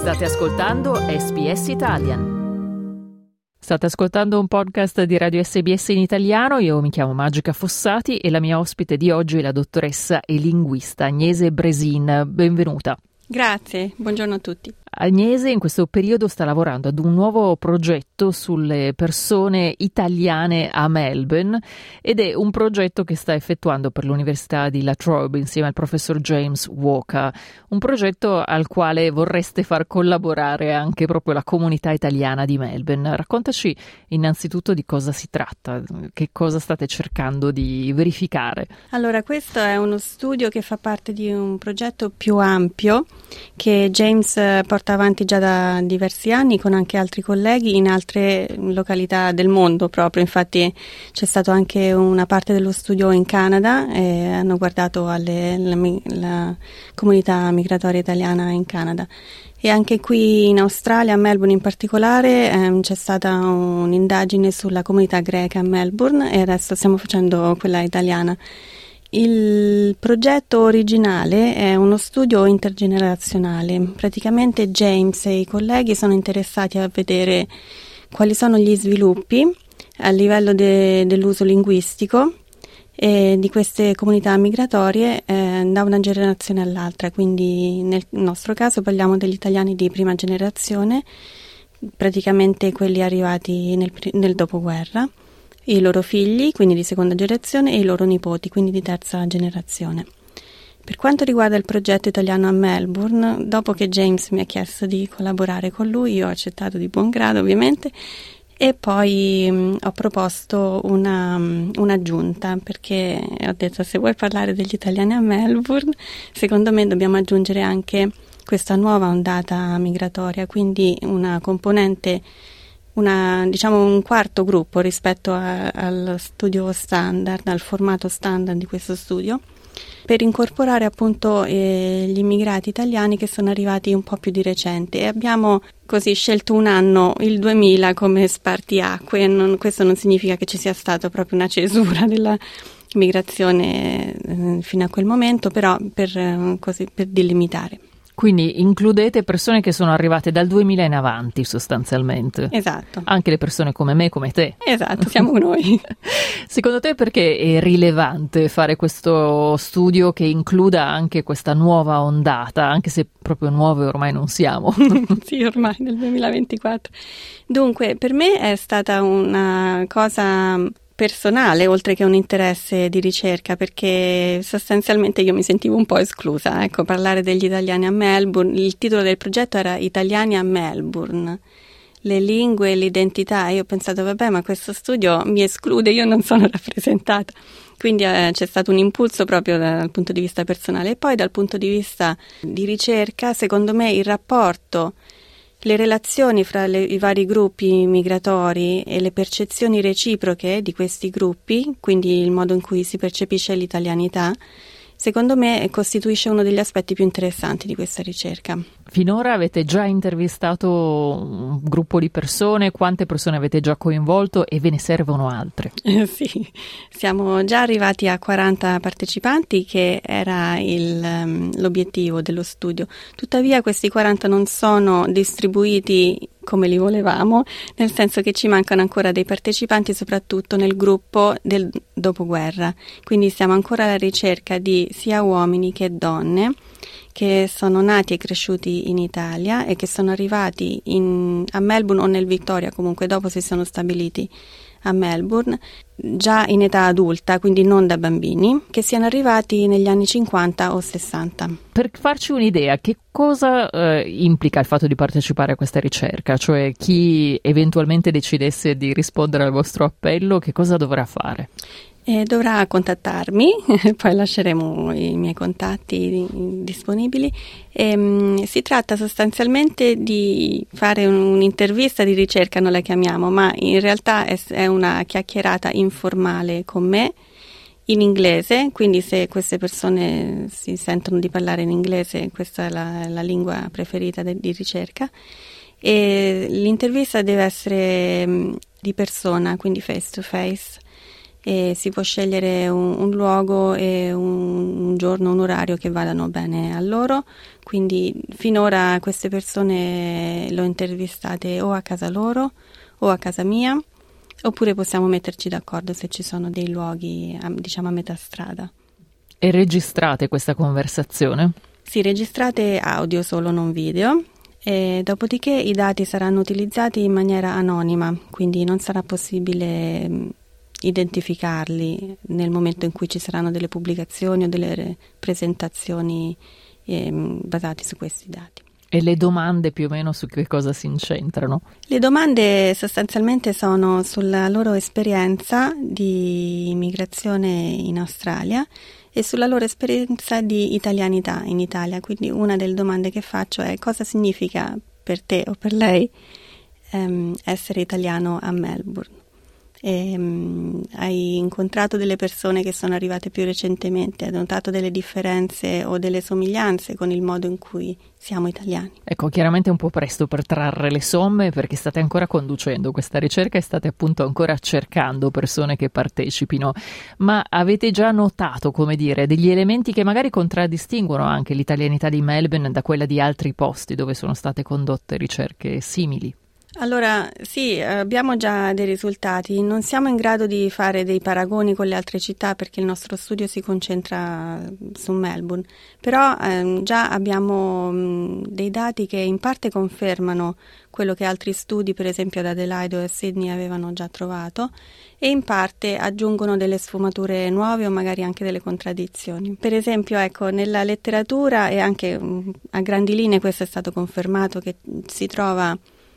State ascoltando SBS Italian. State ascoltando un podcast di Radio SBS in italiano. Io mi chiamo Magica Fossati e la mia ospite di oggi è la dottoressa e linguista Agnese Bresin. Benvenuta. Grazie, buongiorno a tutti. Agnese in questo periodo sta lavorando ad un nuovo progetto sulle persone italiane a Melbourne ed è un progetto che sta effettuando per l'Università di La Trobe insieme al professor James Walker, un progetto al quale vorreste far collaborare anche proprio la comunità italiana di Melbourne. Raccontaci innanzitutto di cosa si tratta, che cosa state cercando di verificare. Allora, questo è uno studio che fa parte di un progetto più ampio che James porta avanti già da diversi anni con anche altri colleghi in altre località del mondo proprio. Infatti c'è stato anche una parte dello studio in Canada e hanno guardato la comunità migratoria italiana in Canada. E anche qui in Australia, a Melbourne in particolare, c'è stata un'indagine sulla comunità greca a Melbourne e adesso stiamo facendo quella italiana. Il progetto originale è uno studio intergenerazionale. Praticamente James e i colleghi sono interessati a vedere quali sono gli sviluppi a livello dell'uso linguistico di queste comunità migratorie da una generazione all'altra. Quindi nel nostro caso parliamo degli italiani di prima generazione, praticamente quelli arrivati nel dopoguerra, i loro figli, quindi di seconda generazione, e i loro nipoti, quindi di terza generazione. Per quanto riguarda il progetto italiano a Melbourne, dopo che James mi ha chiesto di collaborare con lui, io ho accettato di buon grado ovviamente, e poi ho proposto un'aggiunta, perché ho detto: se vuoi parlare degli italiani a Melbourne, secondo me dobbiamo aggiungere anche questa nuova ondata migratoria, quindi una componente, un quarto gruppo rispetto al studio standard, al formato standard di questo studio, per incorporare appunto gli immigrati italiani che sono arrivati un po' più di recente, e abbiamo così scelto un anno, il 2000, come spartiacque. Questo non significa che ci sia stata proprio una cesura della migrazione fino a quel momento, però per delimitare. Quindi includete persone che sono arrivate dal 2000 in avanti sostanzialmente. Esatto. Anche le persone come me, come te. Esatto, siamo noi. Secondo te perché è rilevante fare questo studio che includa anche questa nuova ondata, anche se proprio nuove ormai non siamo? Sì, ormai nel 2024. Dunque, per me è stata una cosa personale, oltre che un interesse di ricerca, perché sostanzialmente io mi sentivo un po' esclusa. Ecco, parlare degli italiani a Melbourne, il titolo del progetto era Italiani a Melbourne, le lingue e l'identità. Io ho pensato, vabbè, ma questo studio mi esclude, io non sono rappresentata. Quindi c'è stato un impulso proprio dal punto di vista personale. E poi dal punto di vista di ricerca, secondo me il rapporto, le relazioni fra i vari gruppi migratori e le percezioni reciproche di questi gruppi, quindi il modo in cui si percepisce l'italianità, secondo me costituisce uno degli aspetti più interessanti di questa ricerca. Finora avete già intervistato un gruppo di persone? Quante persone avete già coinvolto e ve ne servono altre? Sì, siamo già arrivati a 40 partecipanti, che era l'obiettivo dello studio. Tuttavia questi 40 non sono distribuiti come li volevamo, nel senso che ci mancano ancora dei partecipanti, soprattutto nel gruppo del dopoguerra. Quindi siamo ancora alla ricerca di sia uomini che donne che sono nati e cresciuti in Italia e che sono arrivati a Melbourne o nel Victoria, comunque dopo si sono stabiliti a Melbourne, già in età adulta, quindi non da bambini, che siano arrivati negli anni 50 o 60. Per farci un'idea, che cosa implica il fatto di partecipare a questa ricerca? Cioè, chi eventualmente decidesse di rispondere al vostro appello, che cosa dovrà fare? Dovrà contattarmi, poi lasceremo i miei contatti disponibili. Si tratta sostanzialmente di fare un'intervista di ricerca, noi la chiamiamo, ma in realtà è una chiacchierata informale con me in inglese, quindi se queste persone si sentono di parlare in inglese, questa è la lingua preferita di ricerca. E l'intervista deve essere di persona, quindi face to face. e si può scegliere un luogo e un giorno, un orario che vadano bene a loro. Quindi finora queste persone le ho intervistate o a casa loro o a casa mia, oppure possiamo metterci d'accordo se ci sono dei luoghi, diciamo, a metà strada. E registrate questa conversazione? Sì, registrate audio solo, non video. E dopodiché i dati saranno utilizzati in maniera anonima, quindi non sarà possibile identificarli nel momento in cui ci saranno delle pubblicazioni o delle presentazioni basate su questi dati. E le domande più o meno su che cosa si incentrano? Le domande sostanzialmente sono sulla loro esperienza di immigrazione in Australia e sulla loro esperienza di italianità in Italia. Quindi una delle domande che faccio è: cosa significa per te o per lei essere italiano a Melbourne? Hai incontrato delle persone che sono arrivate più recentemente? Hai notato delle differenze o delle somiglianze con il modo in cui siamo italiani? Ecco, chiaramente è un po' presto per trarre le somme, perché state ancora conducendo questa ricerca e state appunto ancora cercando persone che partecipino, ma avete già notato, come dire, degli elementi che magari contraddistinguono anche l'italianità di Melbourne da quella di altri posti dove sono state condotte ricerche simili? Allora, sì, abbiamo già dei risultati. Non siamo in grado di fare dei paragoni con le altre città perché il nostro studio si concentra su Melbourne, però già abbiamo dei dati che in parte confermano quello che altri studi, per esempio ad Adelaide o a Sydney, avevano già trovato, e in parte aggiungono delle sfumature nuove o magari anche delle contraddizioni. Per esempio, ecco, nella letteratura e anche a grandi linee questo è stato confermato, che si trovano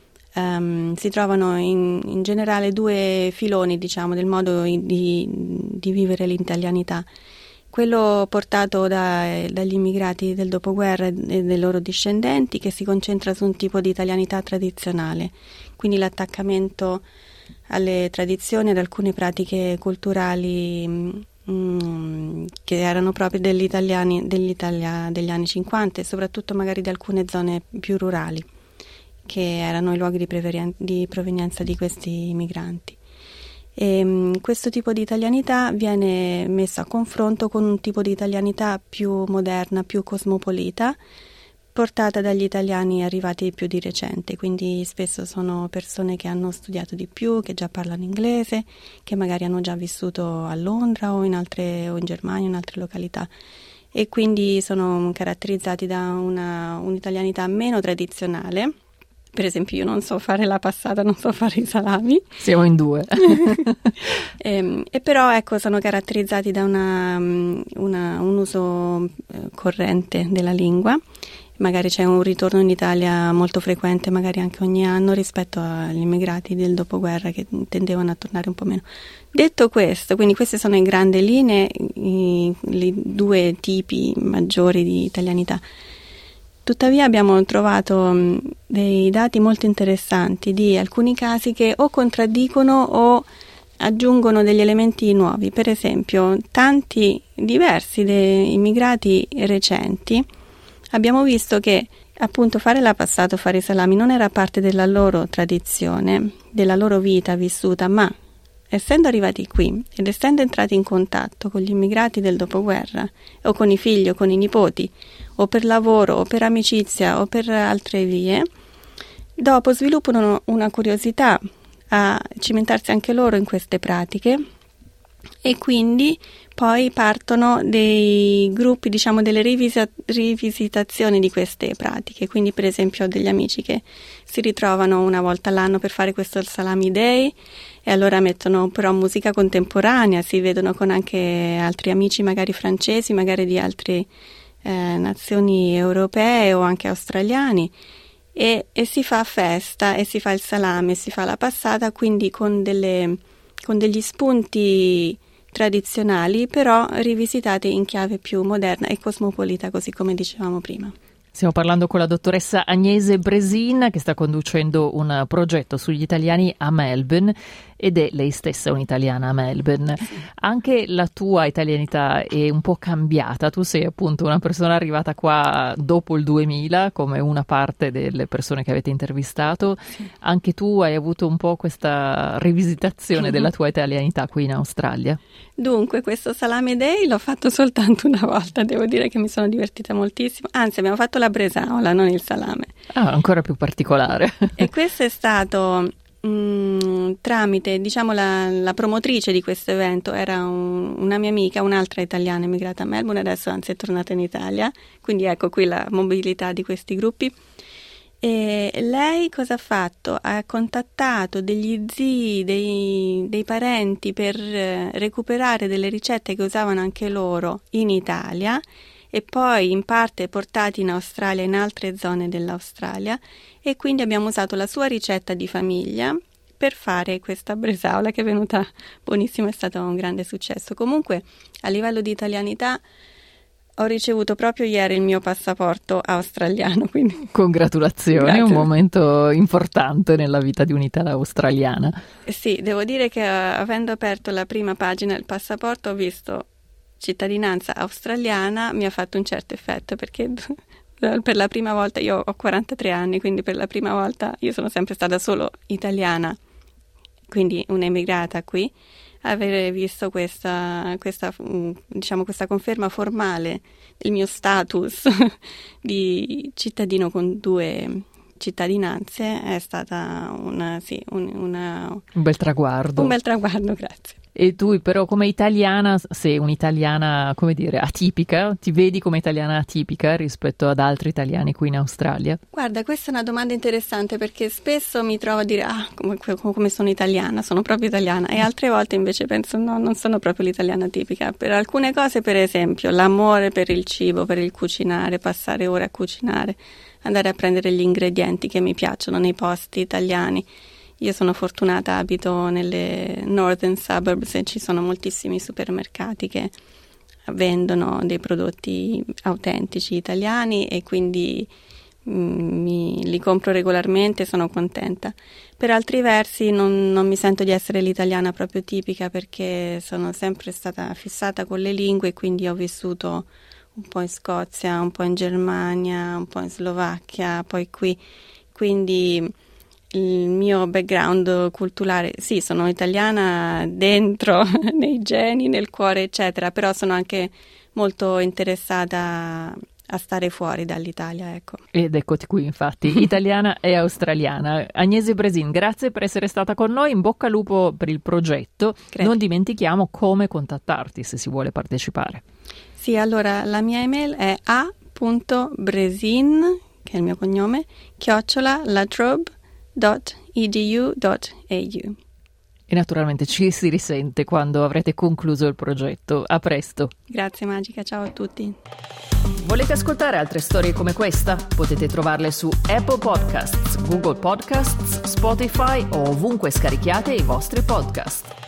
in generale due filoni, diciamo, del modo di vivere l'italianità. Quello portato dagli immigrati del dopoguerra e dei loro discendenti, che si concentra su un tipo di italianità tradizionale, quindi l'attaccamento alle tradizioni, ad alcune pratiche culturali che erano proprie degli anni 50 e soprattutto magari di alcune zone più rurali, che erano i luoghi di provenienza di questi migranti. E questo tipo di italianità viene messo a confronto con un tipo di italianità più moderna, più cosmopolita, portata dagli italiani arrivati più di recente, quindi spesso sono persone che hanno studiato di più, che già parlano inglese, che magari hanno già vissuto a Londra o in Germania, in altre località, e quindi sono caratterizzati da un'italianità meno tradizionale. Per esempio, io non so fare la passata, non so fare i salami. Siamo in due. E però, ecco, sono caratterizzati da un uso corrente della lingua. Magari c'è un ritorno in Italia molto frequente, magari anche ogni anno, rispetto agli immigrati del dopoguerra che tendevano a tornare un po' meno. Detto questo, quindi queste sono in grandi linee i due tipi maggiori di italianità. Tuttavia abbiamo trovato dei dati molto interessanti di alcuni casi che o contraddicono o aggiungono degli elementi nuovi. Per esempio, tanti diversi dei immigrati recenti abbiamo visto che appunto fare la passata, fare i salami non era parte della loro tradizione, della loro vita vissuta, ma essendo arrivati qui ed essendo entrati in contatto con gli immigrati del dopoguerra o con i figli o con i nipoti o per lavoro o per amicizia o per altre vie, dopo sviluppano una curiosità a cimentarsi anche loro in queste pratiche e quindi poi partono dei gruppi, diciamo, delle rivisitazioni di queste pratiche. Quindi per esempio ho degli amici che si ritrovano una volta all'anno per fare questo Salami Day e allora mettono però musica contemporanea, si vedono con anche altri amici magari francesi, magari di altre nazioni europee o anche australiani e si fa festa e si fa il salame, si fa la passata, quindi con degli spunti tradizionali però rivisitati in chiave più moderna e cosmopolita, così come dicevamo prima. Stiamo parlando con la dottoressa Agnese Bresin, che sta conducendo un progetto sugli italiani a Melbourne ed è lei stessa un'italiana a Melbourne. Anche la tua italianità è un po' cambiata, tu sei appunto una persona arrivata qua dopo il 2000 come una parte delle persone che avete intervistato, anche tu hai avuto un po' questa rivisitazione della tua italianità qui in Australia? Dunque, questo Salame Day l'ho fatto soltanto una volta, devo dire che mi sono divertita moltissimo, anzi abbiamo fatto la bresaola, non il salame. Ah, ancora più particolare. E questo è stato tramite, diciamo, la promotrice di questo evento era una mia amica, un'altra italiana emigrata a Melbourne, adesso anzi è tornata in Italia, quindi ecco qui la mobilità di questi gruppi. E lei cosa ha fatto? Ha contattato degli zii, dei parenti per recuperare delle ricette che usavano anche loro in Italia e poi in parte portati in Australia, in altre zone dell'Australia, e quindi abbiamo usato la sua ricetta di famiglia per fare questa bresaola che è venuta buonissima, è stato un grande successo. Comunque a livello di italianità ho ricevuto proprio ieri il mio passaporto australiano, quindi congratulazioni. Grazie. Un momento importante nella vita di un'italiana australiana. Sì, devo dire che avendo aperto la prima pagina del passaporto ho visto cittadinanza australiana, mi ha fatto un certo effetto perché per la prima volta, io ho 43 anni, quindi per la prima volta io sono sempre stata solo italiana, quindi un'emigrata qui. Avere visto questa conferma formale del mio status di cittadino con 2 cittadinanze è stata un bel traguardo. Un bel traguardo, grazie. E tu però come italiana, sei un'italiana, come dire, atipica? Ti vedi come italiana atipica rispetto ad altri italiani qui in Australia? Guarda, questa è una domanda interessante perché spesso mi trovo a dire come sono italiana, sono proprio italiana, e altre volte invece penso no, non sono proprio l'italiana tipica. Per alcune cose, per esempio, l'amore per il cibo, per il cucinare, passare ore a cucinare, andare a prendere gli ingredienti che mi piacciono nei posti italiani. Io sono fortunata, abito nelle northern suburbs e ci sono moltissimi supermercati che vendono dei prodotti autentici italiani e quindi li compro regolarmente e sono contenta. Per altri versi non mi sento di essere l'italiana proprio tipica perché sono sempre stata fissata con le lingue e quindi ho vissuto un po' in Scozia, un po' in Germania, un po' in Slovacchia, poi qui, quindi il mio background culturale, sì, sono italiana dentro, nei geni, nel cuore, eccetera, però sono anche molto interessata a stare fuori dall'Italia, ecco. Ed eccoti qui, infatti, italiana e australiana. Agnese Bresin, grazie per essere stata con noi, in bocca al lupo per il progetto. Grazie. Non dimentichiamo come contattarti se si vuole partecipare. Sì, allora la mia email è a.bresin, che è il mio cognome, @latrobe.edu.au. E naturalmente ci si risente quando avrete concluso il progetto. A presto. Grazie Magica, ciao a tutti. Volete ascoltare altre storie come questa? Potete trovarle su Apple Podcasts, Google Podcasts, Spotify o ovunque scarichiate i vostri podcast.